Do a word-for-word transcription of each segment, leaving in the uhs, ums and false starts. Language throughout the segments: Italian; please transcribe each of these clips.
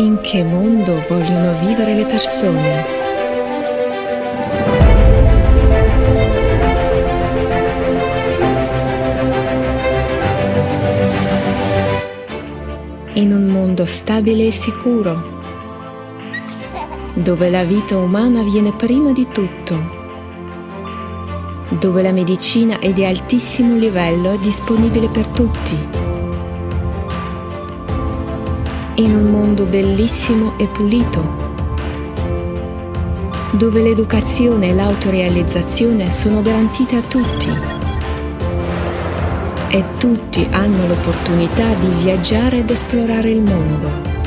In che mondo vogliono vivere le persone? In un mondo stabile e sicuro, dove la vita umana viene prima di tutto, dove la medicina è di altissimo livello e disponibile per tutti. In un mondo bellissimo e pulito, dove l'educazione e l'autorealizzazione sono garantite a tutti e tutti hanno l'opportunità di viaggiare ed esplorare il mondo.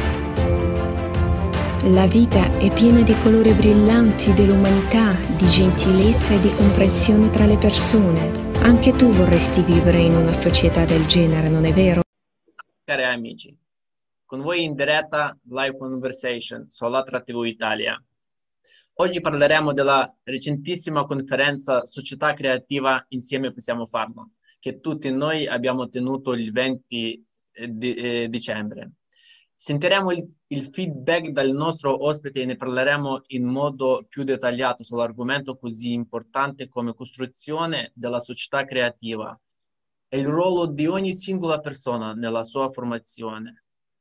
La vita è piena di colori brillanti dell'umanità, di gentilezza e di comprensione tra le persone. Anche tu vorresti vivere in una società del genere, non è vero? Cari amici, con voi in diretta Live Conversation su Allatra T V Italia. Oggi parleremo della recentissima conferenza Società Creativa Insieme Possiamo Farlo, che tutti noi abbiamo tenuto il venti di, eh, dicembre. Sentiremo il, il feedback dal nostro ospite e ne parleremo in modo più dettagliato sull'argomento così importante come costruzione della società creativa e il ruolo di ogni singola persona nella sua formazione.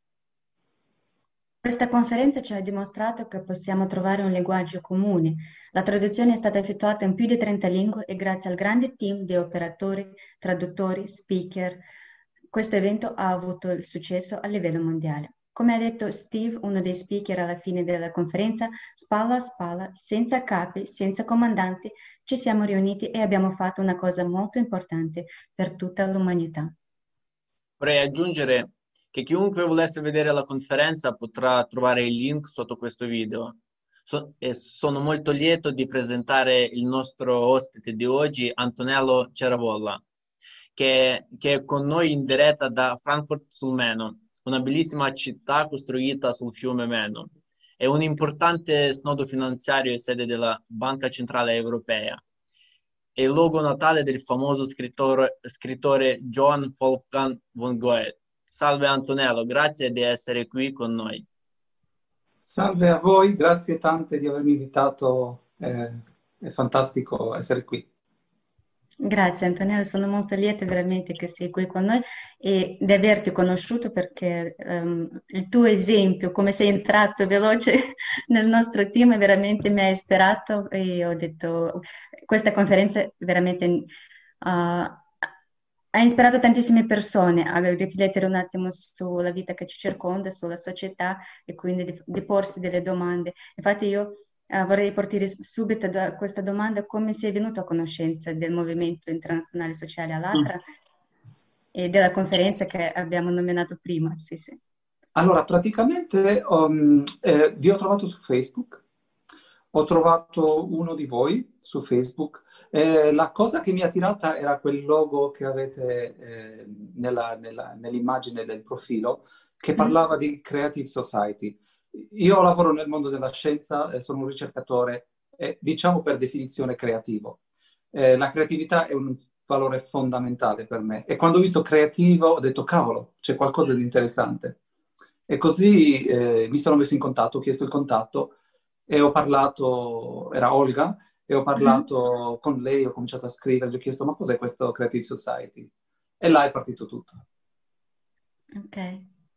Questa conferenza ci ha dimostrato che possiamo trovare un linguaggio comune. La traduzione è stata effettuata in più di trenta lingue e grazie al grande team di operatori, traduttori, speaker, questo evento ha avuto il successo a livello mondiale. Come ha detto Steve, uno dei speaker alla fine della conferenza, spalla a spalla, senza capi, senza comandanti, ci siamo riuniti e abbiamo fatto una cosa molto importante per tutta l'umanità. Vorrei aggiungere che chiunque volesse vedere la conferenza potrà trovare il link sotto questo video. So, e sono molto lieto di presentare il nostro ospite di oggi, Antonello Ceravolla, che, che è con noi in diretta da Frankfurt sul Meno, una bellissima città costruita sul fiume Meno. È un importante snodo finanziario e sede della Banca Centrale Europea. È il luogo natale del famoso scrittore, scrittore Johann Wolfgang von Goethe. Salve Antonello, grazie di essere qui con noi. Salve a voi, grazie tante di avermi invitato, eh, è fantastico essere qui. Grazie Antonello, sono molto lieta veramente che sei qui con noi e di averti conosciuto perché um, il tuo esempio, come sei entrato veloce nel nostro team, veramente mi ha ispirato e ho detto questa conferenza veramente uh, ha ispirato tantissime persone a riflettere un attimo sulla vita che ci circonda, sulla società e quindi di, di porsi delle domande. Infatti io Uh, vorrei partire subito da questa domanda: come sei venuto a conoscenza del Movimento Internazionale Sociale Allatra mm. e della conferenza che abbiamo nominato prima? Sì, sì. Allora, praticamente um, eh, vi ho trovato su Facebook, ho trovato uno di voi su Facebook. Eh, la cosa che mi ha attirata era quel logo che avete eh, nella, nella, nell'immagine del profilo, che parlava mm. di Creative Society. Io lavoro nel mondo della scienza, sono un ricercatore, eh, diciamo per definizione creativo. Eh, la creatività è un valore fondamentale per me. E quando ho visto creativo ho detto, cavolo, c'è qualcosa di interessante. E così eh, mi sono messo in contatto, ho chiesto il contatto e ho parlato, era Olga, e ho parlato mm-hmm. con lei, ho cominciato a scrivere, gli ho chiesto, ma cos'è questo Creative Society? E là è partito tutto. Ok.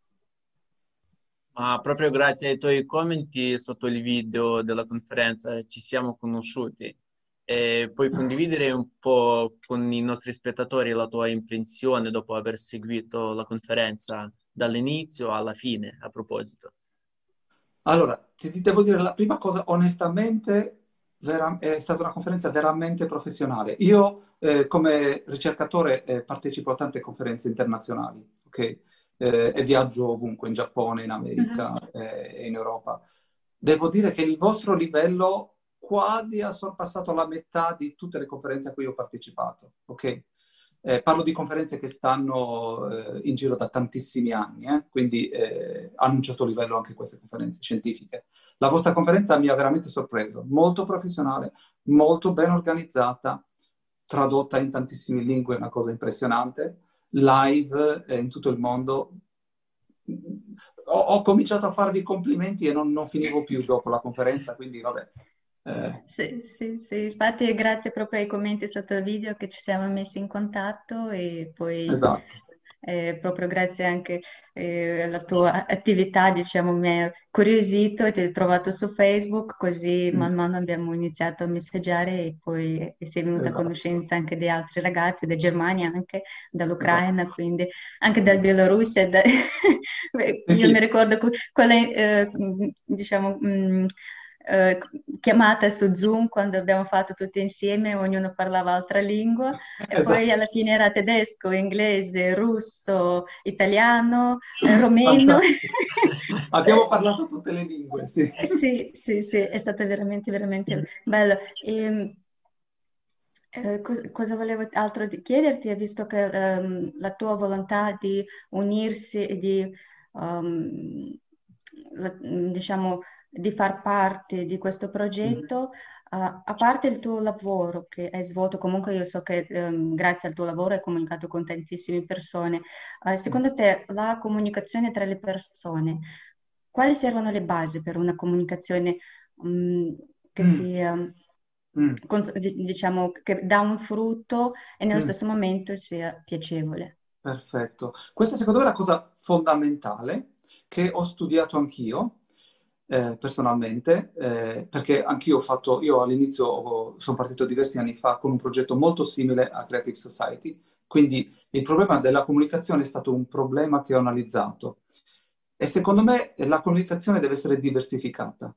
Ma proprio grazie ai tuoi commenti sotto il video della conferenza ci siamo conosciuti. E puoi condividere un po' con i nostri spettatori la tua impressione dopo aver seguito la conferenza dall'inizio alla fine, a proposito? Allora, ti, ti devo dire la prima cosa, onestamente vera, è stata una conferenza veramente professionale. Io eh, come ricercatore eh, partecipo a tante conferenze internazionali, ok? Eh, e viaggio ovunque, in Giappone, in America mm-hmm. eh, e in Europa. Devo dire che il vostro livello quasi ha sorpassato la metà di tutte le conferenze a cui ho partecipato, ok? Eh, parlo di conferenze che stanno eh, in giro da tantissimi anni, eh? quindi eh, hanno un certo livello anche queste conferenze scientifiche. La vostra conferenza mi ha veramente sorpreso, molto professionale, molto ben organizzata, tradotta in tantissime lingue, una cosa impressionante, live eh, in tutto il mondo. ho, ho cominciato a farvi complimenti e non, non finivo più dopo la conferenza, quindi vabbè. Eh, Sì, sì, sì, infatti grazie proprio ai commenti sotto il video che ci siamo messi in contatto e poi esatto. eh, proprio grazie anche eh, alla tua attività, diciamo, mi ha curiosito e ti ho trovato su Facebook, così Mm, man mano abbiamo iniziato a messaggiare e poi sei venuta a esatto, conoscenza anche di altri ragazzi, da Germania anche, esatto. dall'Ucraina, quindi anche dal Bielorussia. da- Sì, Io mi sì, ricordo que- quella, eh, diciamo, mh, eh, chiamata su Zoom quando abbiamo fatto tutti insieme, ognuno parlava altra lingua e poi esatto. alla fine era tedesco, inglese, russo, italiano, eh, romeno. Fantastico. Abbiamo parlato tutte le lingue, sì. Sì, sì, sì, è stato veramente, veramente bello. E, eh, cos- cosa volevo altro di- chiederti, visto che ehm, la tua volontà di unirsi e di, ehm, la- diciamo, di far parte di questo Mm. progetto, eh, a parte il tuo lavoro che hai svolto, comunque io so che ehm, grazie al tuo lavoro hai comunicato con tantissime persone, eh, secondo te la comunicazione tra le persone, quali servono le basi per una comunicazione, mm, che Mm, sia mm, cons- di- diciamo, che dà un frutto e nello mm. stesso momento sia piacevole. Perfetto. Questa secondo me è la cosa fondamentale che ho studiato anch'io eh, personalmente, eh, perché anch'io ho fatto, io all'inizio ho- sono partito diversi anni fa con un progetto molto simile a Creative Society, quindi il problema della comunicazione è stato un problema che ho analizzato e secondo me la comunicazione deve essere diversificata.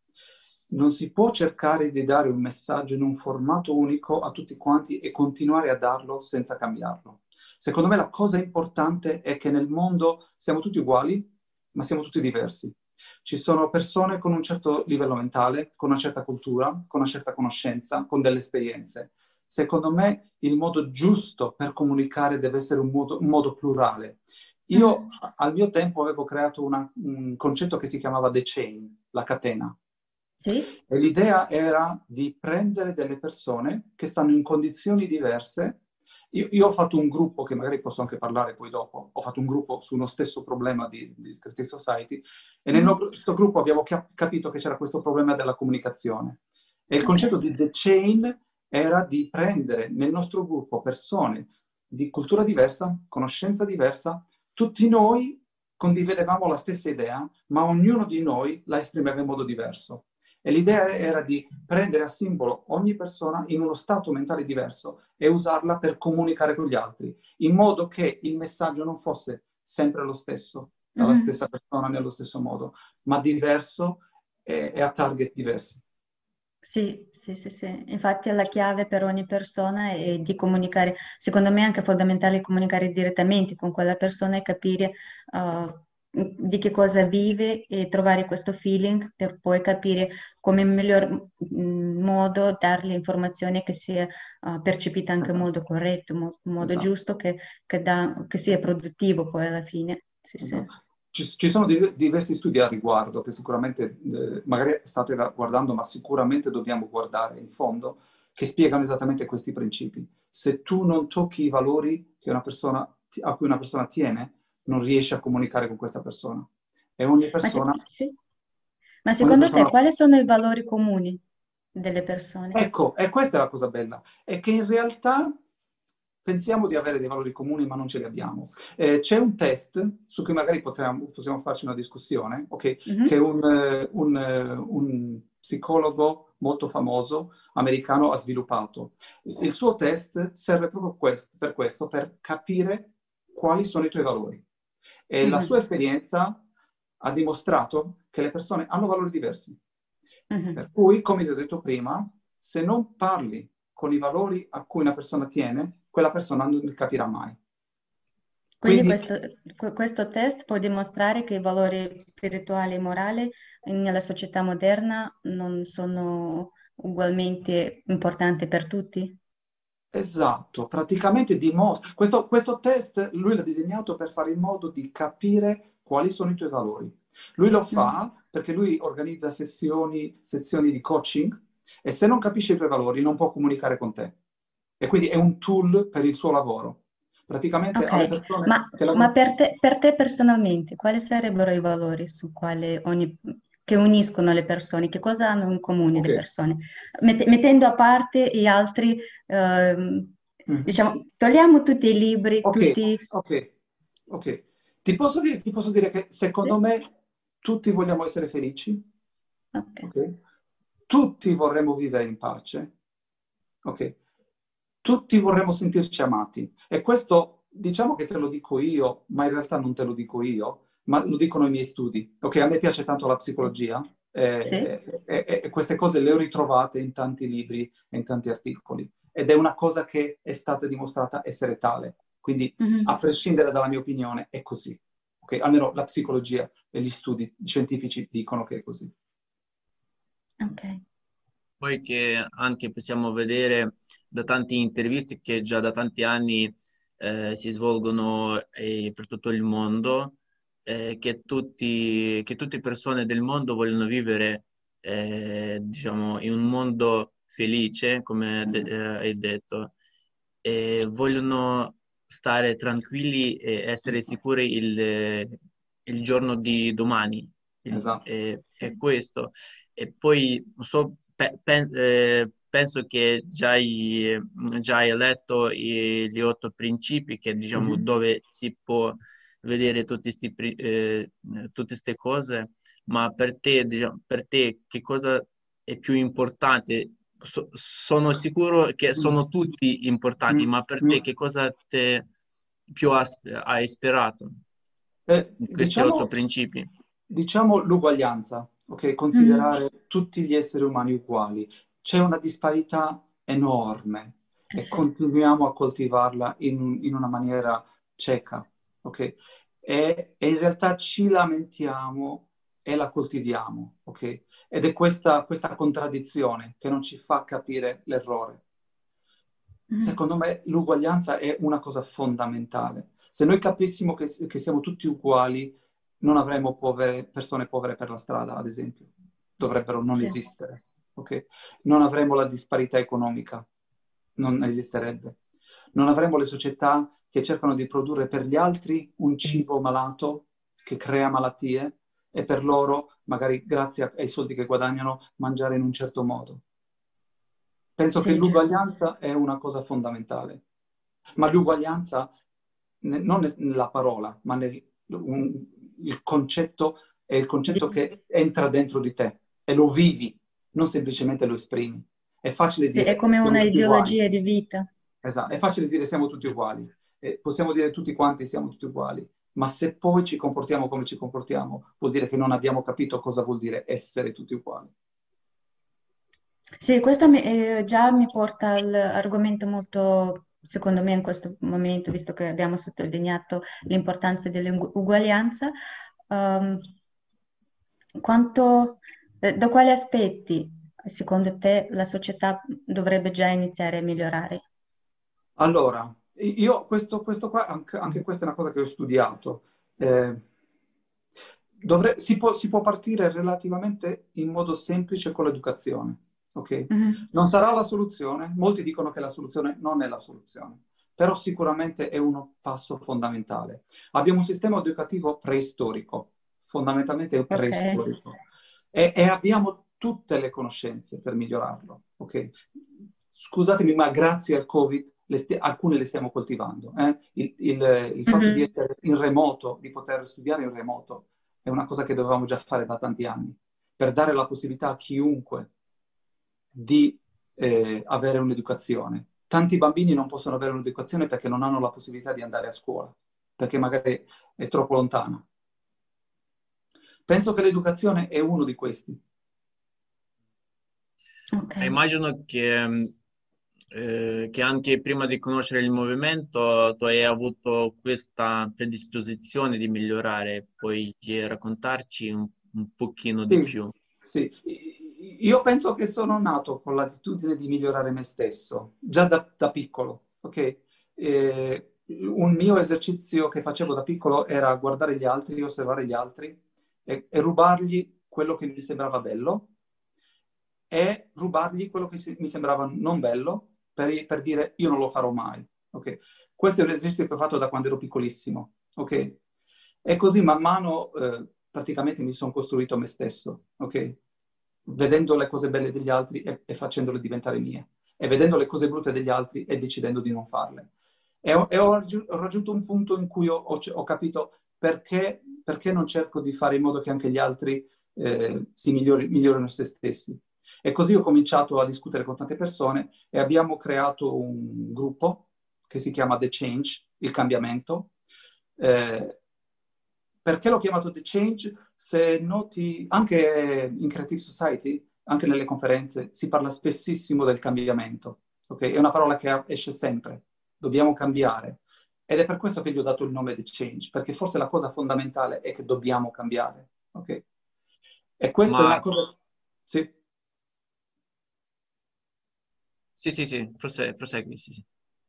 Non si può cercare di dare un messaggio in un formato unico a tutti quanti e continuare a darlo senza cambiarlo. Secondo me la cosa importante è che nel mondo siamo tutti uguali, ma siamo tutti diversi. Ci sono persone con un certo livello mentale, con una certa cultura, con una certa conoscenza, con delle esperienze. Secondo me il modo giusto per comunicare deve essere un modo, un modo plurale. Io Mm. al mio tempo avevo creato una- un concetto che si chiamava The Chain, la catena. Sì? E l'idea era di prendere delle persone che stanno in condizioni diverse. Io, io ho fatto un gruppo, che magari posso anche parlare poi dopo, ho fatto un gruppo su uno stesso problema di, di Creative Society, e nel Mm. nostro gruppo abbiamo cap- capito che c'era questo problema della comunicazione. E il Ok. concetto di The Chain era di prendere nel nostro gruppo persone di cultura diversa, conoscenza diversa, tutti noi condividevamo la stessa idea, ma ognuno di noi la esprimeva in modo diverso. E l'idea era di prendere a simbolo ogni persona in uno stato mentale diverso e usarla per comunicare con gli altri, in modo che il messaggio non fosse sempre lo stesso, dalla Mhm. stessa persona nello stesso modo, ma diverso e, e a target diversi. Sì, sì, sì, sì. Infatti la chiave per ogni persona è di comunicare. Secondo me è anche fondamentale comunicare direttamente con quella persona e capire uh, di che cosa vive e trovare questo feeling per poi capire come miglior mm, modo dargli informazione che sia uh, percepita anche in Esatto, modo corretto, in mo- in modo esatto. giusto, che, che dà- che sia produttivo poi alla fine. Sì, sì. Esatto. Ci, ci sono di- diversi studi a riguardo che sicuramente, eh, magari state guardando, ma sicuramente dobbiamo guardare in fondo, che spiegano esattamente questi principi. Se tu non tocchi i valori che una persona, a cui una persona tiene, non riesci a comunicare con questa persona. E ogni Ma, se- persona, sì. Ma ogni secondo te persona quali sono i valori comuni delle persone? Ecco, e questa è la cosa bella, è che in realtà pensiamo di avere dei valori comuni, ma non ce li abbiamo. Eh, c'è un test su cui magari potremmo, possiamo farci una discussione, ok? Che Mhm. un, eh, un, eh, un psicologo molto famoso americano ha sviluppato. Il suo test serve proprio quest- per questo, per capire quali sono i tuoi valori. E la sua Mhm. esperienza ha dimostrato che le persone hanno valori diversi. Mhm. Per cui, come ti ho detto prima, se non parli con i valori a cui una persona tiene, quella persona non li capirà mai. Quindi Quindi, questo, que- questo test può dimostrare che i valori spirituali e morali nella società moderna non sono ugualmente importanti per tutti? esatto, praticamente dimostra. Questo, questo test lui l'ha disegnato per fare in modo di capire quali sono i tuoi valori. Lui lo Mm. fa perché lui organizza sessioni, sezioni di coaching e se non capisce i tuoi valori non può comunicare con te. E quindi è un tool per il suo lavoro. Praticamente alle Ok, persone ma, che ma lavorano... per te, per te personalmente, quali sarebbero i valori su quale ogni- che uniscono le persone? Che cosa hanno in comune Ok. le persone? Mette- mettendo a parte gli altri, ehm, Mhm. diciamo, togliamo tutti i libri, Ok, tutti... ok, ok. Ti posso dire, ti posso dire che secondo Sì? me tutti vogliamo essere felici, Ok. ok? Tutti vorremmo vivere in pace, ok? Tutti vorremmo sentirci amati. E questo, diciamo che te lo dico io, ma in realtà non te lo dico io, ma lo dicono i miei studi. Ok, a me piace tanto la psicologia Sì? eh, e, e- e queste cose le ho ritrovate in tanti libri e in tanti articoli. Ed è una cosa che è stata dimostrata essere tale. Quindi, a Mhm. prescindere dalla mia opinione, è così. Ok, almeno la psicologia e gli studi scientifici dicono che è così. Ok. Poi che anche possiamo vedere da tante interviste che già da tanti anni eh, si svolgono eh, per tutto il mondo, eh, che tutti, che tutte le persone del mondo vogliono vivere, eh, diciamo, in un mondo felice, come de- Mhm. eh, hai detto, e vogliono stare tranquilli e essere sicuri il, il giorno di domani. Il- Esatto. è, è Sì. questo. E poi non so, pe- pen- eh, penso che già hai, già hai letto i- gli otto principi, che diciamo Mhm. dove si può vedere tutti sti pri- eh, tutte queste cose, ma per te, diciamo, per te che cosa è più importante? So- sono sicuro che sono tutti importanti, Mm. ma per te Mm. che cosa te più has- hai ispirato Eh, in questi otto diciamo, principi? diciamo l'uguaglianza, ok? Mhm. Considerare tutti gli esseri umani uguali. C'è una disparità enorme Eh e sì. continuiamo a coltivarla in, in una maniera cieca, ok? E, e in realtà ci lamentiamo e la coltiviamo, ok? Ed è questa, questa contraddizione che non ci fa capire l'errore. Mhm. Secondo me l'uguaglianza è una cosa fondamentale. Se noi capissimo che, che siamo tutti uguali, non avremo povere, persone povere per la strada, ad esempio. Dovrebbero non Sì. esistere. Ok? Non avremo la disparità economica, non esisterebbe. Non avremo le società che cercano di produrre per gli altri un cibo malato che crea malattie e per loro, magari grazie ai soldi che guadagnano, mangiare in un certo modo. Penso che Sì, giusto. l'uguaglianza è una cosa fondamentale, ma l'uguaglianza ne- non nella parola, ma nel un- il concetto è il concetto Di- che entra dentro di te e lo vivi, non semplicemente lo esprimi. È facile sì, è dire come siamo una tutti uguali, ideologia di vita. esatto, è facile dire siamo tutti uguali, e possiamo dire tutti quanti siamo tutti uguali, ma se poi ci comportiamo come ci comportiamo, vuol dire che non abbiamo capito cosa vuol dire essere tutti uguali. Sì, questo mi- eh, già mi porta all'argomento molto, secondo me, in questo momento, visto che abbiamo sottolineato l'importanza dell'uguaglianza, ehm, quanto, eh, da quali aspetti, secondo te, la società dovrebbe già iniziare a migliorare? Allora, io questo, questo qua, anche, anche questa è una cosa che ho studiato. Eh, dovre- si può, si può partire relativamente in modo semplice con l'educazione, ok? Mhm. Non sarà la soluzione, molti dicono che la soluzione non è la soluzione, però sicuramente è uno passo fondamentale. Abbiamo un sistema educativo preistorico, fondamentalmente Ok, preistorico, e, e abbiamo tutte le conoscenze per migliorarlo, ok? Scusatemi, ma grazie al Covid le sti- alcune le stiamo coltivando. eh. Il, il- il fatto di Mhm. essere in remoto, di poter studiare in remoto, è una cosa che dovevamo già fare da tanti anni, per dare la possibilità a chiunque di eh, avere un'educazione. Tanti bambini non possono avere un'educazione perché non hanno la possibilità di andare a scuola, perché magari è troppo lontana. Penso che l'educazione è uno di questi. Ok. Eh, Immagino che, mh, eh, che anche prima di conoscere il movimento tu hai avuto questa predisposizione di migliorare, puoi raccontarci un, un pochino di Sì, più. sì. Io penso che sono nato con l'attitudine di migliorare me stesso, già da, da piccolo, ok? Eh, un mio esercizio che facevo da piccolo era guardare gli altri, osservare gli altri e, e rubargli quello che mi sembrava bello e rubargli quello che si- mi sembrava non bello per, per dire io non lo farò mai. ok? Questo è un esercizio che ho fatto da quando ero piccolissimo, ok? E così man mano eh, praticamente mi sono costruito me stesso, ok? Vedendo le cose belle degli altri e, e facendole diventare mie, e vedendo le cose brutte degli altri e decidendo di non farle. E ho, e ho, raggiun- ho raggiunto un punto in cui ho, ho, ho capito perché, perché non cerco di fare in modo che anche gli altri eh, si migliori, migliorino se stessi. E così ho cominciato a discutere con tante persone e abbiamo creato un gruppo che si chiama The Change, il cambiamento. Eh, perché l'ho chiamato The Change? Se noti, anche in Creative Society, anche nelle conferenze, si parla spessissimo del cambiamento. Okay? È una parola che esce sempre. Dobbiamo cambiare. Ed è per questo che gli ho dato il nome The Change, perché forse la cosa fondamentale è che dobbiamo cambiare. Okay? E questa è Ma una cosa... Sì. sì, sì, sì, prose- prosegui, sì, sì.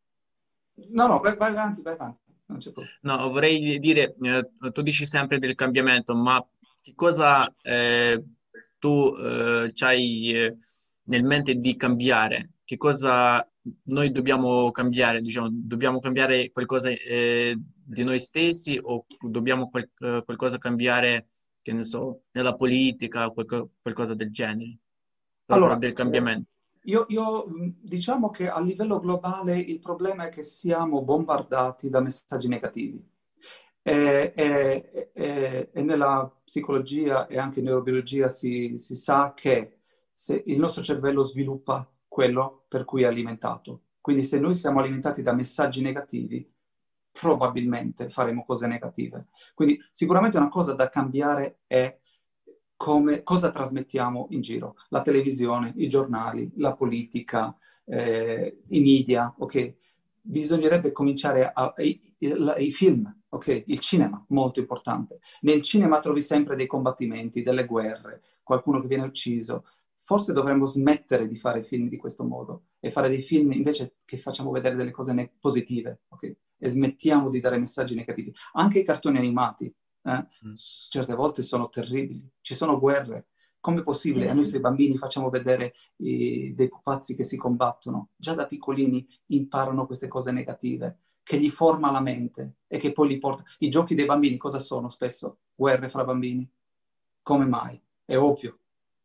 No, no, vai, vai avanti, vai avanti. Non c'è problema. No, vorrei dire, eh, tu dici sempre del cambiamento, ma che cosa eh, tu eh, c'hai eh, nel mente di cambiare? Che cosa noi dobbiamo cambiare? Diciamo, dobbiamo cambiare qualcosa eh, di noi stessi o dobbiamo qual- eh, qualcosa cambiare, che ne so, nella politica, qualco- qualcosa del genere, proprio Allora, del cambiamento? io, io, mh, diciamo che a livello globale il problema è che siamo bombardati da messaggi negativi. E, e- e- e nella psicologia e anche in neurobiologia si, si sa che se il nostro cervello sviluppa quello per cui è alimentato. Quindi se noi siamo alimentati da messaggi negativi, probabilmente faremo cose negative. Quindi sicuramente una cosa da cambiare è come, cosa trasmettiamo in giro. La televisione, i giornali, la politica, eh, i media, ok? Bisognerebbe cominciare a... i, i, i film, ok? Il cinema, molto importante. Nel cinema trovi sempre dei combattimenti, delle guerre, qualcuno che viene ucciso. Forse dovremmo smettere di fare film di questo modo e fare dei film invece che facciamo vedere delle cose ne- positive, ok? E smettiamo di dare messaggi negativi. Anche i cartoni animati, eh, Mm. certe volte sono terribili. Ci sono guerre. Come è possibile? Sì, Ai sì. nostri bambini facciamo vedere eh, dei pupazzi che si combattono. Già da piccolini imparano queste cose negative, che gli forma la mente e che poi li porta... I giochi dei bambini cosa sono spesso? Guerre fra bambini. Come mai? È ovvio.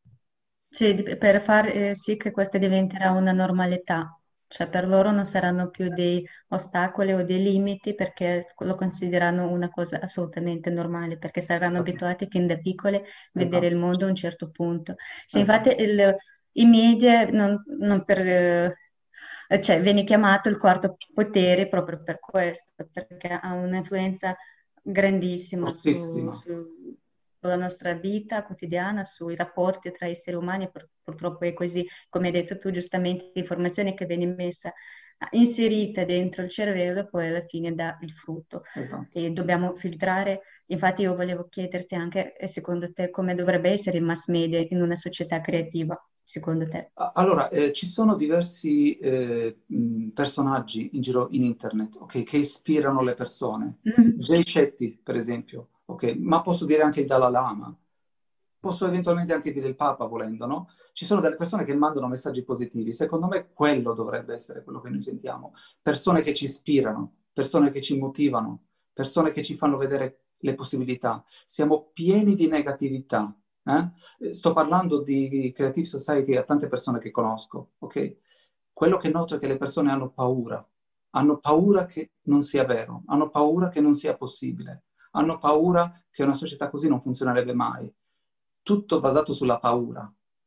Sì, di- per far eh, sì che questa diventerà una normalità, cioè per loro non saranno più dei ostacoli o dei limiti perché lo considerano una cosa assolutamente normale, perché saranno abituati fin da piccole a vedere il Esatto. mondo a un certo punto. Sì, infatti Esatto. il- i media non, non per, eh, cioè, viene chiamato il quarto potere proprio per questo, perché ha un'influenza grandissima su, Fortissima. su- sulla nostra vita quotidiana, sui rapporti tra esseri umani. Pur- purtroppo è così, come hai detto tu, giustamente, l'informazione che viene messa, inserita dentro il cervello, poi alla fine dà il frutto. Esatto. E dobbiamo filtrare. Infatti io volevo chiederti anche, eh, secondo te, come dovrebbe essere il mass media in una società creativa, secondo te? A- Allora, eh, ci sono diversi eh, mh, personaggi in giro in internet, ok, che ispirano le persone. Mhm. Jay Shetty, per esempio, ok, ma posso dire anche il Dalai Lama, posso eventualmente anche dire il Papa, volendo, no? Ci sono delle persone che mandano messaggi positivi. Secondo me quello dovrebbe essere quello che noi sentiamo. Persone che ci ispirano, persone che ci motivano, persone che ci fanno vedere le possibilità. Siamo pieni di negatività. Eh? Eh, Sto parlando di Creative Society a tante persone che conosco, ok? Quello che noto è che le persone hanno paura, hanno paura che non sia vero, hanno paura che non sia possibile, hanno paura che una società così non funzionerebbe mai. Tutto basato sulla paura.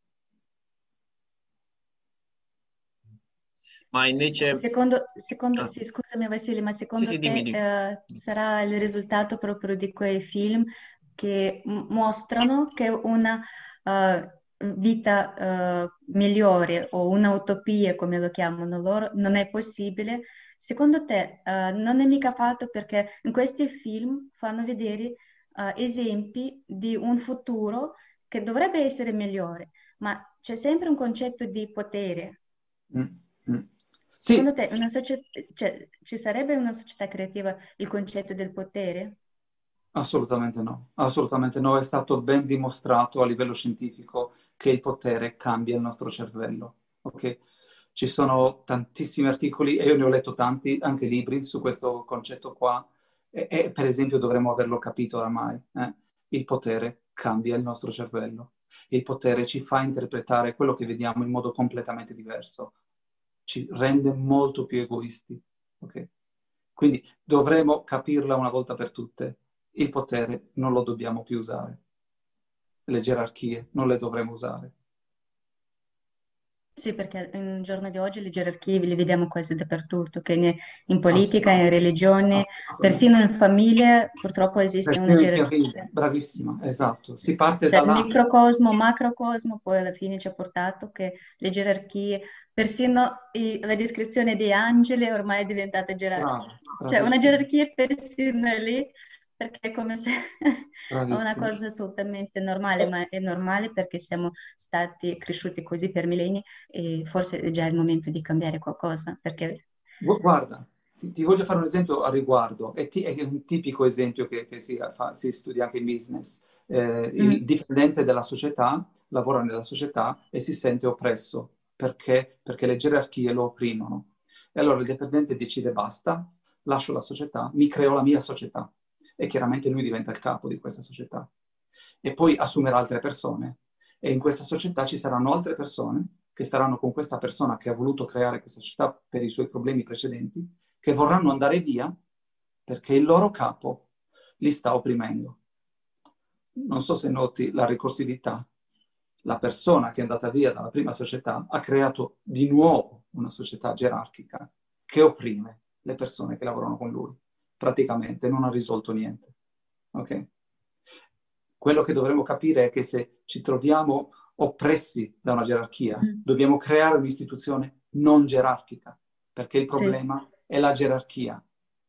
Ma Seco- invece... Secondo, secondo, ah, sì, scusami Vasile, ma sì, sì, secondo dimmi, te dimmi. eh, sarà il risultato proprio di quei film che m- mostrano che una eh, vita eh, migliore o un'utopia, come lo chiamano loro, non è possibile? Secondo te eh, non è mica fatto perché in questi film fanno vedere eh, esempi di un futuro che dovrebbe essere migliore, ma c'è sempre un concetto di potere. Mm, mm. Secondo Sì, te una socie- cioè, ci sarebbe in una società creativa il concetto del potere? assolutamente no, assolutamente no. È stato ben dimostrato a livello scientifico che il potere cambia il nostro cervello, ok? Ci sono tantissimi articoli, e io ne ho letto tanti, anche libri su questo concetto qua, e, e per esempio dovremmo averlo capito oramai. Eh? Il potere cambia il nostro cervello. Il potere ci fa interpretare quello che vediamo in modo completamente diverso. Ci rende molto più egoisti. Okay? Quindi dovremo capirla una volta per tutte. Il potere non lo dobbiamo più usare. Le gerarchie non le dovremo usare. Sì, perché nel giorno di oggi le gerarchie le vediamo quasi dappertutto, che ne- in politica, in religione, persino in famiglia purtroppo esiste una Persino in famiglia, gerarchia. bravissima, esatto. Si parte Cioè da il là. microcosmo, macrocosmo, poi alla fine ci ha portato che le gerarchie, persino i- la descrizione di angeli ormai è diventata gerarchia. Brava, Cioè una bravissima, gerarchia persino è lì, perché è come se è una bravissima. cosa assolutamente normale, ma è normale perché siamo stati cresciuti così per millenni e forse è già il momento di cambiare qualcosa, perché Gu- Guarda, ti, ti voglio fare un esempio a riguardo, è, ti- è un tipico esempio che, che si, fa- si studia anche in business. Eh, il Mhm. dipendente della società lavora nella società e si sente oppresso. Perché? Perché le gerarchie lo opprimono. E allora il dipendente decide basta, lascio la società, mi creo la mia società. E chiaramente lui diventa il capo di questa società. E poi assumerà altre persone. E in questa società ci saranno altre persone che staranno con questa persona che ha voluto creare questa società per i suoi problemi precedenti, che vorranno andare via perché il loro capo li sta opprimendo. Non so se noti la ricorsività. La persona che è andata via dalla prima società ha creato di nuovo una società gerarchica che opprime le persone che lavorano con lui. Praticamente non ha risolto niente. Ok? Quello che dovremmo capire è che se ci troviamo oppressi da una gerarchia, Mhm. dobbiamo creare un'istituzione non gerarchica, perché il Sì. problema è la gerarchia.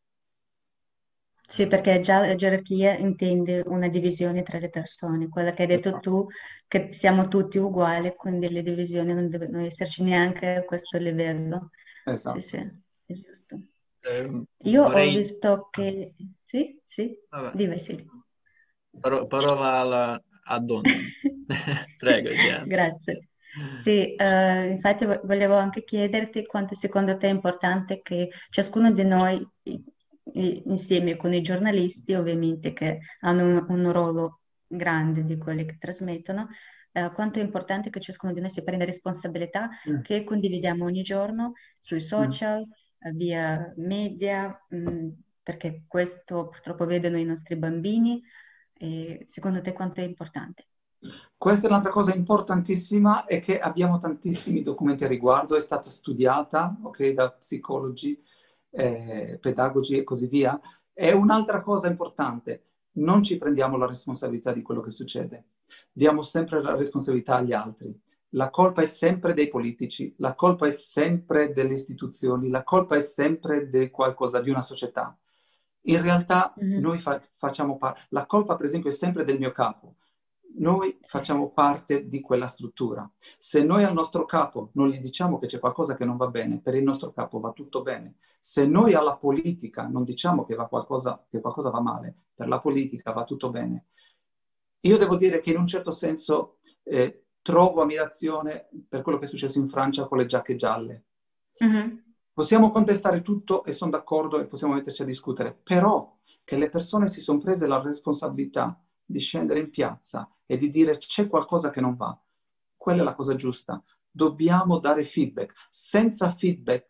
Sì, perché già la gerarchia intende una divisione tra le persone, quella che hai detto Esatto. tu, che siamo tutti uguali, quindi le divisioni non devono esserci neanche a questo livello. Sì, sì, Esatto. è giusto. Eh, Io ho vorrei... visto che... Sì, sì, Vabbè, dimmi sì. paro- parola alla- a Donna. Prego, Chiara. Grazie. Sì, eh, infatti vo- volevo anche chiederti quanto secondo te è importante che ciascuno di noi, i- i- insieme con i giornalisti, ovviamente che hanno un, un ruolo grande di quelli che trasmettono, eh, quanto è importante che ciascuno di noi si prenda responsabilità Mm, che condividiamo ogni giorno sui mm. social, eh, via media, mh, perché questo purtroppo vedono i nostri bambini. E secondo te quanto è importante? Questa è un'altra cosa importantissima e che abbiamo tantissimi documenti a riguardo, è stata studiata, ok, da psicologi, eh, pedagogi e così via. È un'altra cosa importante, non ci prendiamo la responsabilità di quello che succede, diamo sempre la responsabilità agli altri. La colpa è sempre dei politici, la colpa è sempre delle istituzioni, la colpa è sempre di qualcosa, di una società. In realtà Mhm. noi fa- facciamo parte, la colpa per esempio è sempre del mio capo. Noi Sì. facciamo parte di quella struttura. Se noi al nostro capo non gli diciamo che c'è qualcosa che non va bene, per il nostro capo va tutto bene. Se noi alla politica non diciamo che, va qualcosa, che qualcosa va male, per la politica va tutto bene. Io devo dire che in un certo senso eh, trovo ammirazione per quello che è successo in Francia con le giacche gialle. Mhm. Possiamo contestare tutto e sono d'accordo e possiamo metterci a discutere, però che le persone si sono prese la responsabilità di scendere in piazza e di dire c'è qualcosa che non va, quella è la cosa giusta. Dobbiamo dare feedback. Senza feedback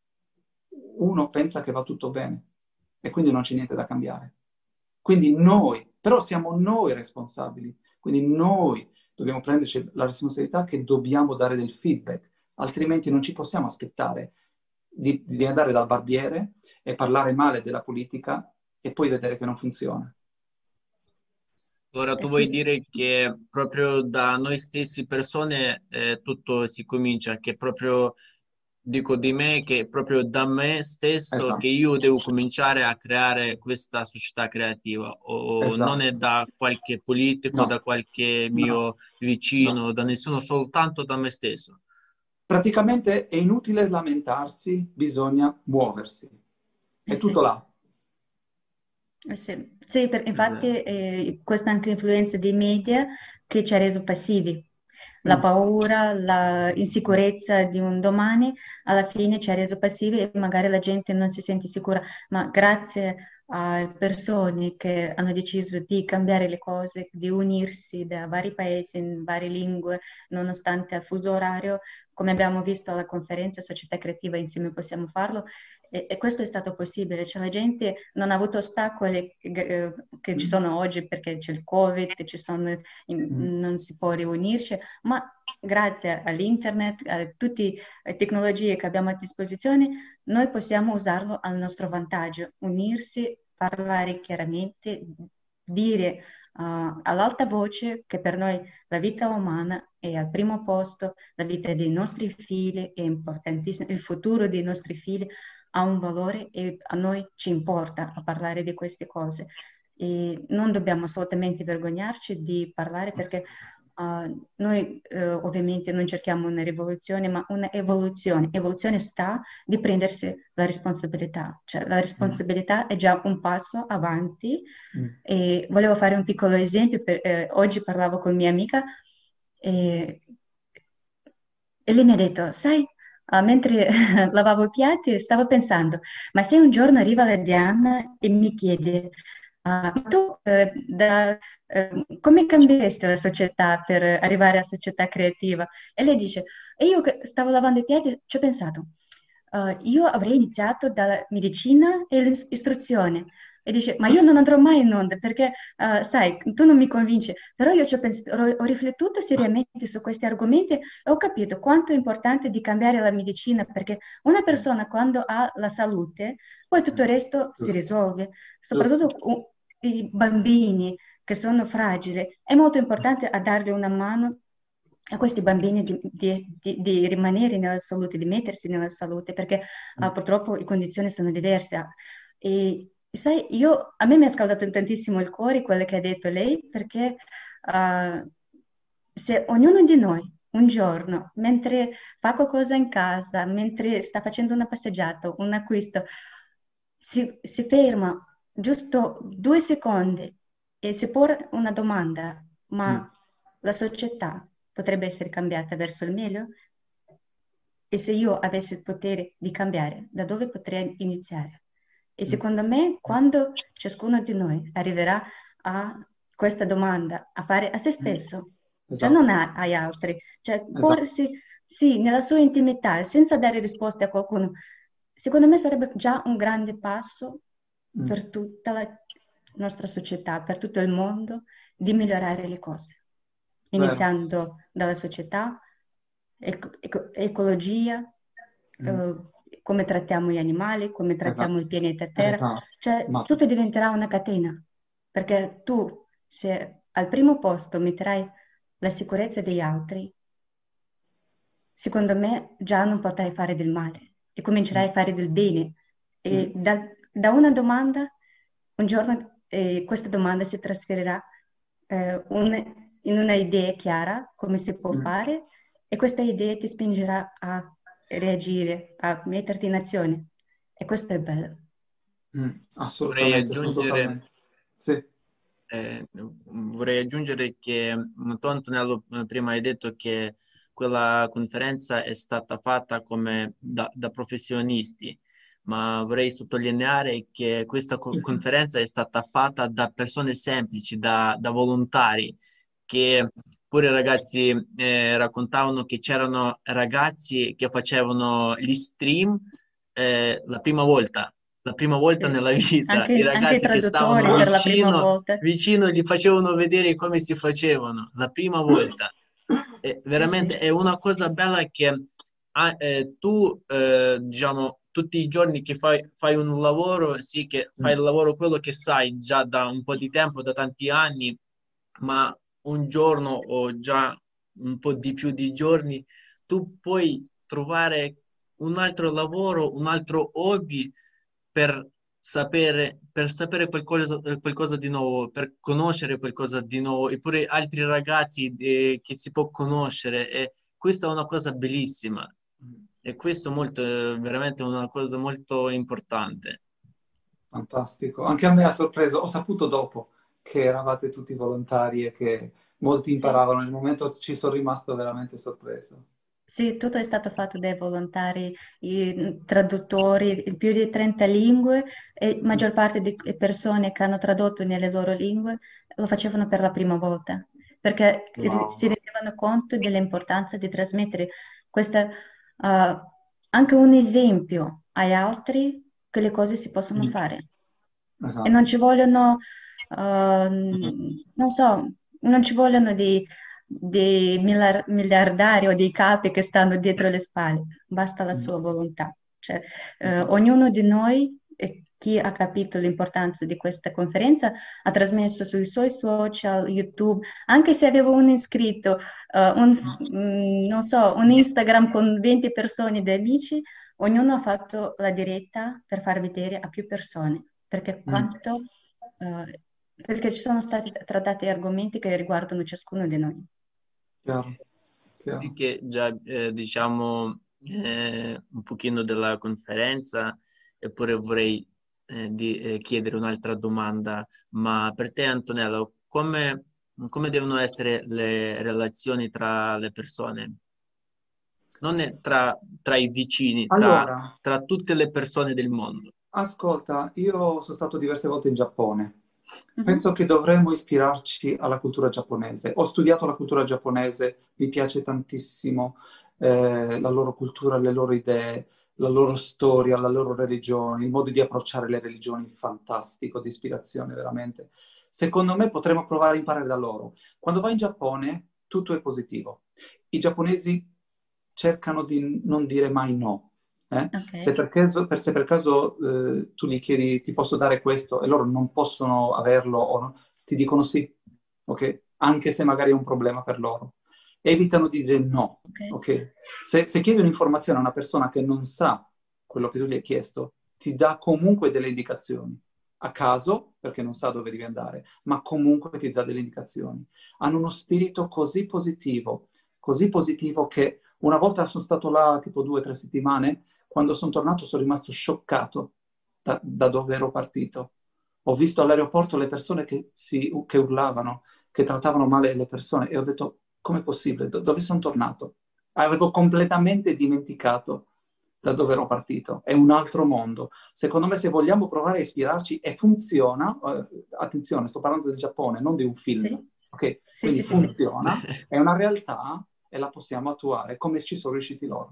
uno pensa che va tutto bene e quindi non c'è niente da cambiare. Quindi noi, però siamo noi responsabili, quindi noi dobbiamo prenderci la responsabilità che dobbiamo dare del feedback, altrimenti non ci possiamo aspettare di, di andare dal barbiere e parlare male della politica e poi vedere che non funziona. Ora Eh tu vuoi sì, dire che proprio da noi stessi persone eh, tutto si comincia, che proprio dico di me, che proprio da me stesso che Esatto, io devo cominciare a creare questa società creativa, o non è esatto. da qualche politico, No, da qualche no, mio no. vicino, da nessuno, soltanto da me stesso. Praticamente è inutile lamentarsi, bisogna muoversi. È eh tutto sì. là. Eh sì, sì, per- È vero. infatti eh, questa anche influenza dei media che ci ha reso passivi. la Mm. paura, la insicurezza di un domani, alla fine ci ha reso passivi e magari la gente non si sente sicura, ma grazie a persone che hanno deciso di cambiare le cose, di unirsi da vari paesi, in varie lingue, nonostante il fuso orario, come abbiamo visto alla conferenza Società Creativa Insieme Possiamo Farlo, e, e questo è stato possibile, cioè la gente non ha avuto ostacoli eh, che ci sono oggi perché c'è il Covid, ci sono, in- Mm. non si può riunirci, ma grazie all'internet, a tutte le tecnologie che abbiamo a disposizione, noi possiamo usarlo al nostro vantaggio, unirsi, parlare chiaramente, dire uh, all'alta voce che per noi la vita umana è al primo posto, la vita dei nostri figli è importantissima, il futuro dei nostri figli ha un valore e a noi ci importa a parlare di queste cose. E non dobbiamo assolutamente vergognarci di parlare perché uh, noi uh, ovviamente non cerchiamo una rivoluzione, ma una evoluzione. Evoluzione sta di prendersi la responsabilità, cioè la responsabilità è già un passo avanti. Mm. E volevo fare un piccolo esempio, per, eh, oggi parlavo con mia amica e, e lei mi ha detto, sai, uh, mentre lavavo i piatti stavo pensando, ma se un giorno arriva la Diana e mi chiede, ah, ma tu eh, da, eh, come cambieresti la società per arrivare alla società creativa? E lei dice, e io che stavo lavando i piatti, ci ho pensato, "Uh, io avrei iniziato dalla medicina e l'istruzione. E dice, ma io non andrò mai in onda perché, uh, sai, tu non mi convinci, però io ci ho, pens- ho ho riflettuto seriamente su questi argomenti e ho capito quanto è importante di cambiare la medicina perché una persona quando ha la salute, poi tutto il resto si Giusto, risolve, giusto. soprattutto u- i bambini che sono fragili. È molto importante a dargli una mano a questi bambini di, di- di- di rimanere nella salute, di mettersi nella salute, perché ah, purtroppo le condizioni sono diverse. Ah. E sai, io, a me mi ha scaldato tantissimo il cuore quello che ha detto lei, perché ah, se ognuno di noi un giorno, mentre fa qualcosa in casa, mentre sta facendo una passeggiata, un acquisto, si, si ferma giusto due secondi e si pone una domanda, Mm. ma la società potrebbe essere cambiata verso il meglio? E se io avessi il potere di cambiare, da dove potrei iniziare? E Mm. secondo me, quando ciascuno di noi arriverà a questa domanda, a fare a se stesso, cioè non Esatto, a- agli altri, cioè esatto. porsi, sì, nella sua intimità, senza dare risposte a qualcuno, secondo me sarebbe già un grande passo Mm. per tutta la nostra società, per tutto il mondo, di migliorare le cose, Vero. iniziando dalla società, eco- eco- ecologia, Mm. eh, come trattiamo gli animali, come trattiamo Esatto, il pianeta Terra, esatto. cioè Ma tutto diventerà una catena, perché tu se al primo posto metterai la sicurezza degli altri, secondo me già non potrai fare del male e comincerai a fare del bene. E Mm. da, da una domanda, un giorno eh, questa domanda si trasferirà eh, un- in una idea chiara, come si può Mm. fare, e questa idea ti spingerà a reagire, a metterti in azione. E questo è bello. Mm. Vorrei Assolutamente, sono aggiungere totalmente. Sì. Eh, vorrei aggiungere che mm, tu Antonello eh, prima hai detto che quella conferenza è stata fatta come da, da professionisti, ma vorrei sottolineare che questa co- conferenza è stata fatta da persone semplici, da, da volontari, che pure i ragazzi eh, raccontavano che c'erano ragazzi che facevano gli stream eh, la prima volta la prima volta Sì. nella vita, i Anche, anche i ragazzi che stavano traduttori per la prima vicino, volta. vicino gli facevano vedere come si facevano, la prima volta. E Sì, veramente sì. è una cosa bella che ah, eh, tu, eh, diciamo, tutti i giorni che fai, fai un lavoro, sì che fai il lavoro quello che sai già da un po' di tempo, da tanti anni, ma un giorno o già un po' di più di giorni, tu puoi trovare un altro lavoro, un altro hobby per sapere, per sapere qualcosa, eh, qualcosa di nuovo, per conoscere qualcosa di nuovo, eppure altri ragazzi eh, che si può conoscere. E questa è una cosa bellissima. E questo molto, è veramente una cosa molto importante. Fantastico. Anche a me ha sorpreso, ho saputo dopo che eravate tutti volontari e che molti Sì. imparavano. Nel momento ci sono rimasto veramente sorpreso. Sì, tutto è stato fatto dai volontari, i traduttori in più di trenta lingue e Mm. maggior parte di persone che hanno tradotto nelle loro lingue lo facevano per la prima volta, perché ri- si Wow. rendevano conto dell'importanza di trasmettere questa, eh, anche un esempio agli altri che le cose si possono Mm. fare. E non Esatto. ci vogliono, ehm, non so, non ci vogliono dei, dei milar- miliardari o dei capi che stanno dietro le spalle, basta la Mm. sua volontà. Cioè, eh, Esatto. ognuno di noi, e chi ha capito l'importanza di questa conferenza, ha trasmesso sui suoi social, YouTube, anche se avevo un iscritto, eh, un, mm, non so, un Instagram con venti persone di amici, ognuno ha fatto la diretta per far vedere a più persone, perché Mm. quanto, eh, perché ci sono stati trattati argomenti che riguardano ciascuno di noi. Chiaro, chiaro. Che già eh, diciamo eh, un pochino della conferenza, eppure vorrei eh, di, eh, chiedere un'altra domanda, ma per te Antonella, come, come devono essere le relazioni tra le persone? Non è tra, tra i vicini, tra, Allora, tra tutte le persone del mondo. ascolta, io sono stato diverse volte in Giappone. Mhm. Penso che dovremmo ispirarci alla cultura giapponese. Ho studiato la cultura giapponese, mi piace tantissimo eh, la loro cultura, le loro idee, la loro storia, la loro religione, il modo di approcciare le religioni, fantastico, di ispirazione veramente. Secondo me potremmo provare a imparare da loro. Quando vai in Giappone, tutto è positivo. I giapponesi cercano di non dire mai no. eh. Se Ok, per caso, per- se per caso eh, tu gli chiedi ti posso dare questo e loro non possono averlo, o no, ti dicono sì, ok? Anche se magari è un problema per loro. Evitano di dire no, ok, ok? Se, se chiedi un'informazione a una persona che non sa quello che tu gli hai chiesto, ti dà comunque delle indicazioni. A caso, perché non sa dove devi andare, ma comunque ti dà delle indicazioni. Hanno uno spirito così positivo, così positivo che una volta sono stato là tipo due o tre settimane, quando sono tornato sono rimasto scioccato da, da dove ero partito. Ho visto all'aeroporto le persone che, si, che urlavano, che trattavano male le persone e ho detto, com'è possibile? Do- dove sono tornato? Avevo completamente dimenticato da dove ero partito. È un altro mondo. Secondo me se vogliamo provare a ispirarci e funziona, eh, attenzione, sto parlando del Giappone, non di un film, sì, ok? sì, Quindi sì, sì, sì. funziona, è una realtà e la possiamo attuare come ci sono riusciti loro.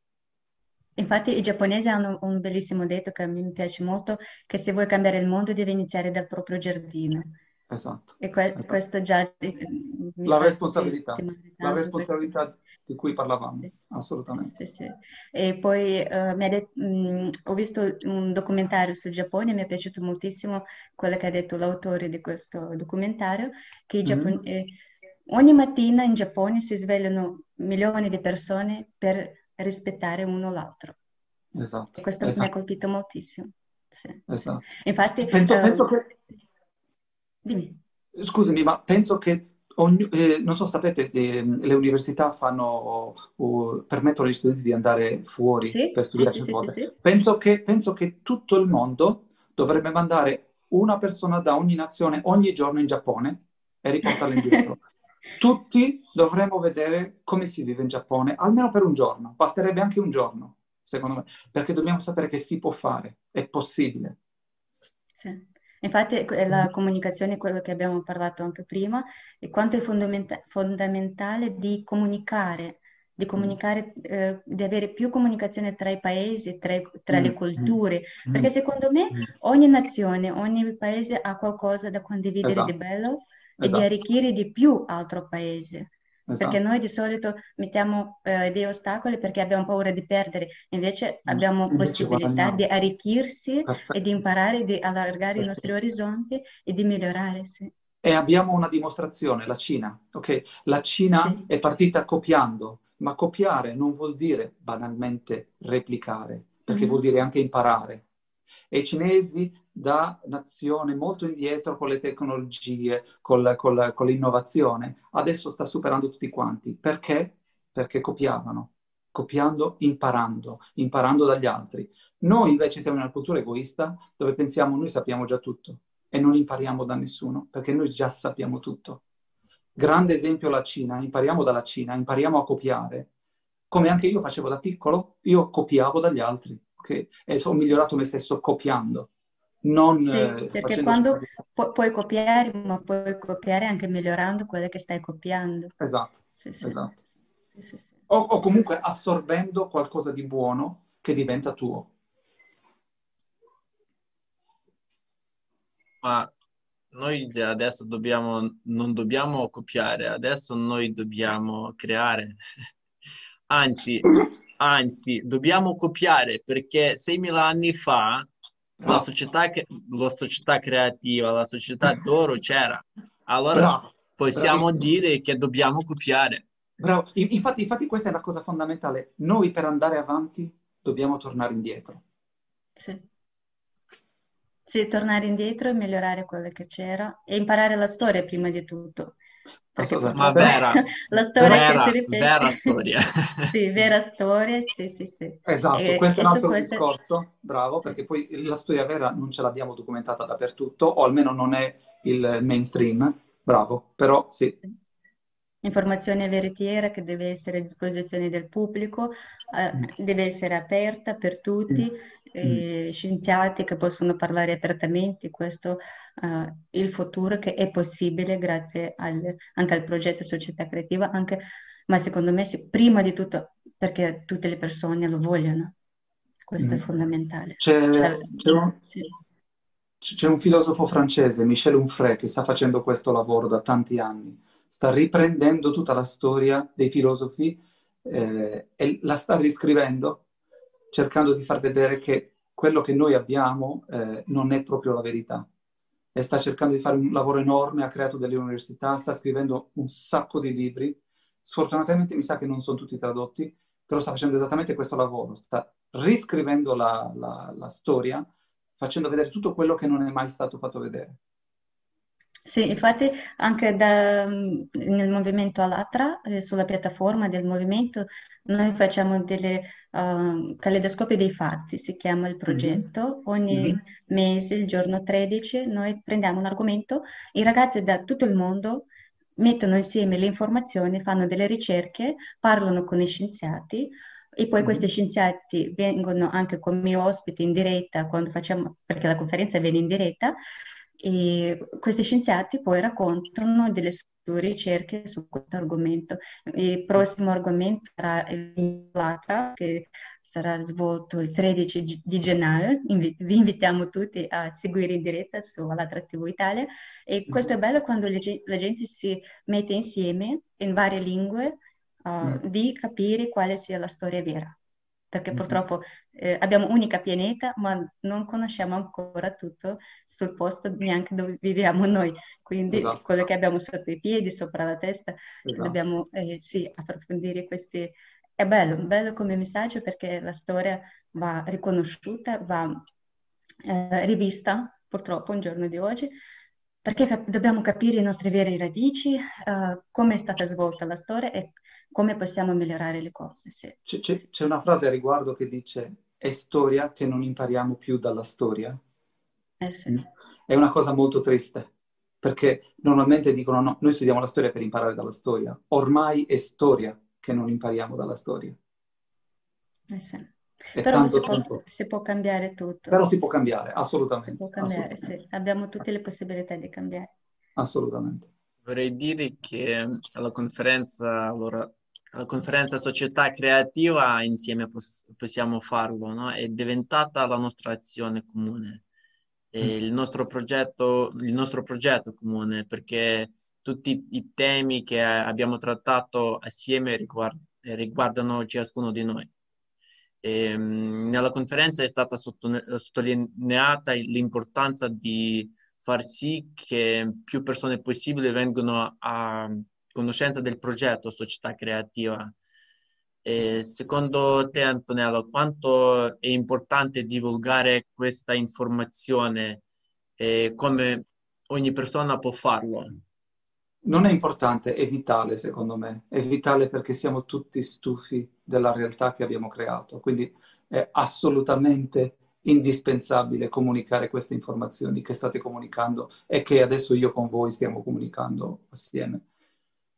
Infatti i giapponesi hanno un bellissimo detto che a me piace molto, che se vuoi cambiare il mondo devi iniziare dal proprio giardino. Esatto, E que- esatto. questo già eh, mi La fa responsabilità, testimoniare la tanto questo. responsabilità di cui parlavamo, Sì, assolutamente. sì, sì. E poi eh, mi ha det- mh, ho visto un documentario sul Giappone, mi è piaciuto moltissimo quello che ha detto l'autore di questo documentario, che i Mhm. giappone- eh, ogni mattina in Giappone si svegliano milioni di persone per rispettare uno l'altro. E Esatto, questo mi ha esatto, colpito moltissimo. Sì, sì. esatto. Infatti, Penso, penso eh, che dimmi. Scusami, ma penso che ogni- eh, non so, sapete, eh, le università fanno, o permettono agli studenti di andare fuori Sì, per sì, studiare sì, certe sì, sì, volte. sì. Penso che, penso che tutto il mondo dovrebbe mandare una persona da ogni nazione ogni giorno in Giappone e riportarla indietro. Tutti dovremmo vedere come si vive in Giappone, almeno per un giorno. Basterebbe anche un giorno, secondo me, perché dobbiamo sapere che si può fare, è possibile. Sì. Infatti que- la comunicazione, quello che abbiamo parlato anche prima, e quanto è fondamenta- fondamentale di comunicare, di Mm, comunicare, eh, di avere più comunicazione tra i paesi, tra, i- tra le mm, mm, culture, perché mm, secondo me mm. ogni nazione, ogni paese ha qualcosa da condividere di Esatto, bello e di esatto, arricchire di più altro paese. Perché esatto. noi di solito mettiamo eh, dei ostacoli perché abbiamo paura di perdere, invece Mm. abbiamo Invece possibilità di guadagniamo. arricchirsi e di Perfetto. imparare, di allargare i nostri Perfetto. orizzonti e di migliorare, sì. E abbiamo una dimostrazione, la Cina. Ok? La Cina Sì. è partita copiando, ma copiare non vuol dire banalmente replicare, perché vuol Mhm. dire anche imparare. E i cinesi, da nazione molto indietro con le tecnologie, con la- con la- con l'innovazione, adesso sta superando tutti quanti. Perché? Perché copiavano, copiando, imparando, imparando dagli altri. Noi invece siamo in una cultura egoista dove pensiamo noi sappiamo già tutto e non impariamo da nessuno perché noi già sappiamo tutto. Grande esempio la Cina, impariamo dalla Cina, impariamo a copiare. Come anche io facevo da piccolo, io copiavo dagli altri, okay? E ho migliorato me stesso copiando, non Sì, eh, perché facendo quando stupido. pu- puoi copiare, ma puoi copiare anche migliorando quello che stai copiando. Esatto, Sì, sì, esatto. sì, sì, sì. O, o comunque assorbendo qualcosa di buono che diventa tuo. Ma noi adesso dobbiamo, non dobbiamo copiare, adesso noi dobbiamo creare. Anzi, anzi, dobbiamo copiare perché seimila anni fa la Bravo, società, che- la società creativa, la società d'oro c'era. Allora bravo, possiamo bravissimo. dire che dobbiamo copiare. Bravo. I- Infatti, infatti questa è la cosa fondamentale. Noi per andare avanti dobbiamo tornare indietro. Sì. Sì, tornare indietro e migliorare quello che c'era e imparare la storia prima di tutto, perché Ma Assolutamente. purtroppo Però, vera, la storia però che si vera, ripete, vera storia. sì, vera storia, sì, sì, sì. esatto, E, questo è e un su altro questo, discorso, bravo, sì. perché poi la storia vera non ce l'abbiamo documentata dappertutto, o almeno non è il mainstream, bravo, però sì. Informazione veritiera che deve essere a disposizione del pubblico, eh, Mm. deve essere aperta per Mm. tutti, Mm. eh, scienziati che possono parlare apertamente, questo eh, il futuro che è possibile grazie al- anche al progetto Società Creativa, anche, ma secondo me sì, prima di tutto perché tutte le persone lo vogliono, questo è Mm. fondamentale. C'è Cioè, c'è un, sì. c'è un filosofo francese, Michel Onfray, che sta facendo questo lavoro da tanti anni. Sta riprendendo tutta la storia dei filosofi eh, e la sta riscrivendo, cercando di far vedere che quello che noi abbiamo eh, non è proprio la verità. E sta cercando di fare un lavoro enorme, ha creato delle università, sta scrivendo un sacco di libri. Sfortunatamente mi sa che non sono tutti tradotti, però sta facendo esattamente questo lavoro, sta riscrivendo la, la, la storia, facendo vedere tutto quello che non è mai stato fatto vedere. Sì, infatti anche da- nel movimento Allatra, eh, sulla piattaforma del movimento, noi facciamo delle uh, caleidoscopi dei fatti, si chiama il Mhm. progetto. Ogni Mhm. mese, il giorno tredici, noi prendiamo un argomento, i ragazzi da tutto il mondo mettono insieme le informazioni, fanno delle ricerche, parlano con gli scienziati e poi questi Mhm. scienziati vengono anche come ospiti in diretta quando facciamo, perché la conferenza viene in diretta, e questi scienziati poi raccontano delle sue ricerche su questo argomento. Il prossimo argomento sarà il plata, che sarà svolto il tredici gi- di gennaio. Invi- vi invitiamo tutti a seguire in diretta su Alatra T V Italia. E questo è bello quando le ge- la gente si mette insieme in varie lingue, uh, Mhm. di capire quale sia la storia vera. Perché Mhm. purtroppo eh, abbiamo unica pianeta, ma non conosciamo ancora tutto sul posto neanche dove viviamo noi. Quindi Esatto, quello che abbiamo sotto i piedi, sopra la testa, esatto. dobbiamo eh, sì, approfondire questi. È bello, bello come messaggio perché la storia va riconosciuta, va eh, rivista, purtroppo, un giorno di oggi, perché cap- dobbiamo capire le nostre vere radici, eh, come è stata svolta la storia e come possiamo migliorare le cose. Sì, C'è c'è- sì, c'è una frase a riguardo che dice: è storia che non impariamo più dalla storia. eh sì. Mm. È una cosa molto triste, perché normalmente dicono no, noi studiamo la storia per imparare dalla storia. Ormai è storia che non impariamo dalla storia. Eh sì. È Però tanto si può, tempo. si può cambiare tutto, Però si può cambiare, si assolutamente, può cambiare, assolutamente, sì. Abbiamo tutte le possibilità di cambiare. assolutamente. Vorrei dire che alla conferenza, allora, alla conferenza Società Creativa insieme pos- possiamo farlo, no? È diventata la nostra azione comune, Mm. e il nostro progetto, il nostro progetto comune, perché tutti i temi che abbiamo trattato assieme riguard- riguardano ciascuno di noi. E, mh, nella conferenza è stata sottone- sottolineata l'importanza di far sì che più persone possibili vengano a conoscenza del progetto Società Creativa. E secondo te, Antonello, quanto è importante divulgare questa informazione e come ogni persona può farlo? Non è importante, è vitale secondo me. È vitale perché siamo tutti stufi della realtà che abbiamo creato. Quindi è assolutamente indispensabile comunicare queste informazioni che state comunicando e che adesso io con voi stiamo comunicando assieme.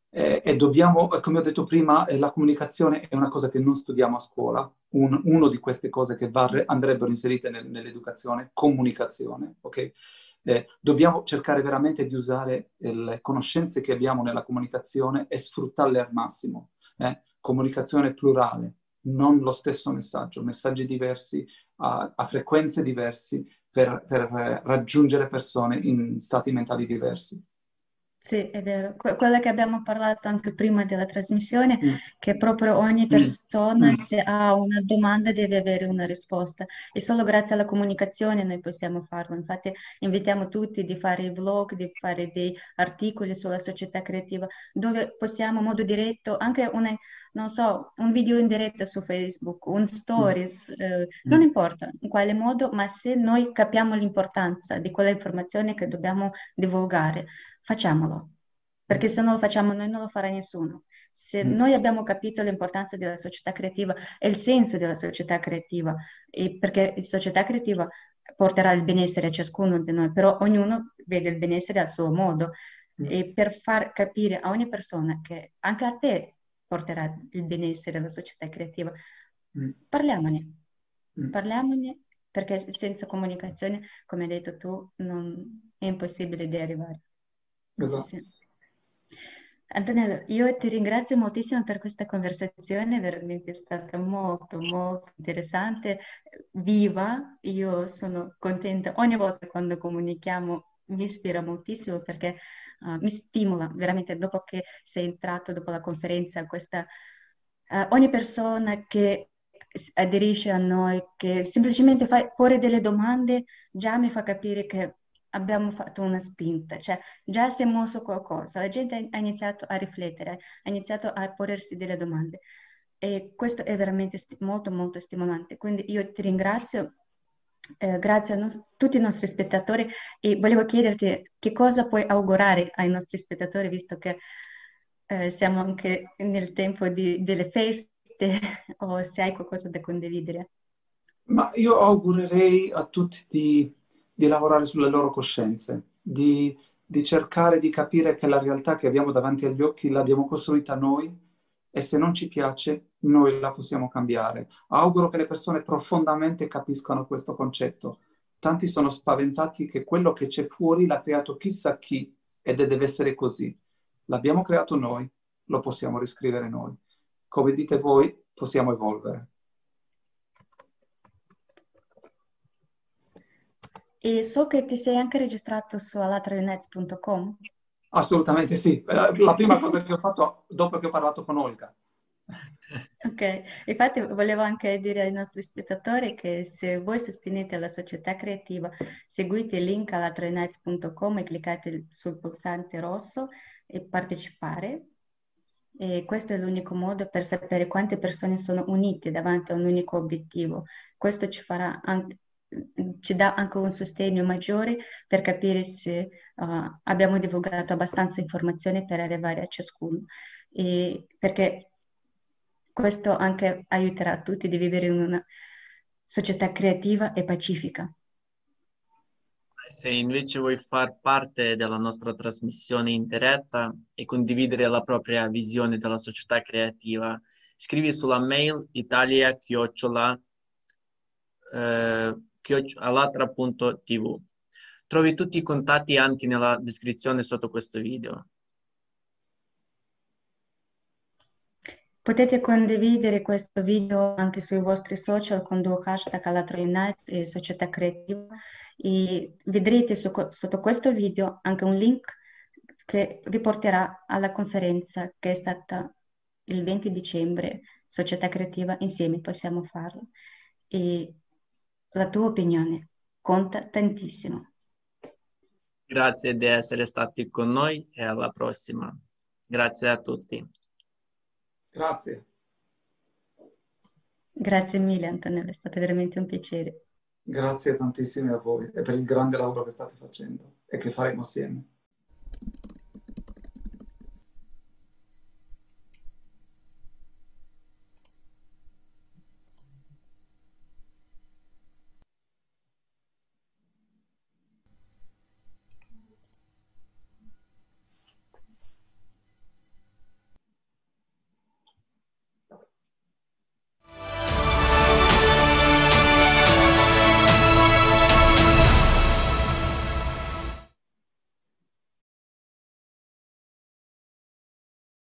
Eh, e dobbiamo, come ho detto prima, eh, la comunicazione è una cosa che non studiamo a scuola. Un, uno di queste cose che va, andrebbero inserite nel, nell'educazione, comunicazione, ok? Eh, dobbiamo cercare veramente di usare eh, le conoscenze che abbiamo nella comunicazione e sfruttarle al massimo. eh. Comunicazione plurale, non lo stesso messaggio, messaggi diversi, a, a frequenze diverse per, per eh, raggiungere persone in stati mentali diversi. Sì, è vero. Que- quello che abbiamo parlato anche prima della trasmissione, Mm, che proprio ogni mm, persona, mm, se ha una domanda, deve avere una risposta. E solo grazie alla comunicazione noi possiamo farlo. Infatti, invitiamo tutti di fare i vlog, di fare dei articoli sulla società creativa, dove possiamo, in modo diretto, anche una, non so, un video in diretta su Facebook, un mm, stories, eh, non mm, importa in quale modo, ma se noi capiamo l'importanza di quella informazione che dobbiamo divulgare, facciamolo, mm, perché se non lo facciamo noi non lo farà nessuno. Se mm. noi abbiamo capito l'importanza della società creativa e il senso della società creativa, e perché la società creativa porterà il benessere a ciascuno di noi, però ognuno vede il benessere al suo modo. Mm, E per far capire a ogni persona che anche a te porterà il benessere la società creativa, mm, parliamone, mm. parliamone perché senza comunicazione, come hai detto tu, non- è impossibile di arrivare. Sì, Esatto. sì. Antonello, io ti ringrazio moltissimo per questa conversazione, veramente è stata molto, molto interessante, viva. Io sono contenta ogni volta quando comunichiamo, mi ispira moltissimo perché uh, mi stimola veramente dopo che sei entrato, dopo la conferenza, questa, uh, ogni persona che s- aderisce a noi, che semplicemente fa porre delle domande, già mi fa capire che abbiamo fatto una spinta, cioè già si è mosso qualcosa, la gente ha iniziato a riflettere, ha iniziato a porsi delle domande e questo è veramente sti- molto molto stimolante. Quindi io ti ringrazio, eh, grazie a nos- tutti i nostri spettatori e volevo chiederti che cosa puoi augurare ai nostri spettatori, visto che eh, siamo anche nel tempo di- delle feste o se hai qualcosa da condividere. Ma io augurerei a tutti di, di lavorare sulle loro coscienze, di, di cercare di capire che la realtà che abbiamo davanti agli occhi l'abbiamo costruita noi e se non ci piace noi la possiamo cambiare. Auguro che le persone profondamente capiscano questo concetto. Tanti sono spaventati che quello che c'è fuori l'ha creato chissà chi ed è- deve essere così. L'abbiamo creato noi, lo possiamo riscrivere noi. Come dite voi, possiamo evolvere. E so che ti sei anche registrato su alatraunets punto com. Assolutamente sì. Eh, La prima cosa che ho fatto dopo che ho parlato con Olga. Ok, infatti volevo anche dire ai nostri spettatori che se voi sostenete la società creativa, seguite il link alatraunets punto com e cliccate sul pulsante rosso e partecipare. E questo è l'unico modo per sapere quante persone sono unite davanti a un unico obiettivo. Questo ci farà anche, ci dà anche un sostegno maggiore per capire se uh, abbiamo divulgato abbastanza informazioni per arrivare a ciascuno. E perché questo anche aiuterà tutti a vivere in una società creativa e pacifica. Se invece vuoi far parte della nostra trasmissione in diretta e condividere la propria visione della società creativa, scrivi sulla mail italia-chiocciola eh, chioc- alatra punto t v. Trovi tutti i contatti anche nella descrizione sotto questo video. Potete condividere questo video anche sui vostri social con due hashtag AlatraInights e Società Creativa e vedrete su- sotto questo video anche un link che vi porterà alla conferenza che è stata il venti dicembre, Società Creativa, insieme possiamo farlo. E la tua opinione conta tantissimo. Grazie di essere stati con noi e alla prossima. Grazie a tutti. Grazie. Grazie mille Antonella, è stato veramente un piacere. Grazie tantissime a voi e per il grande lavoro che state facendo e che faremo assieme.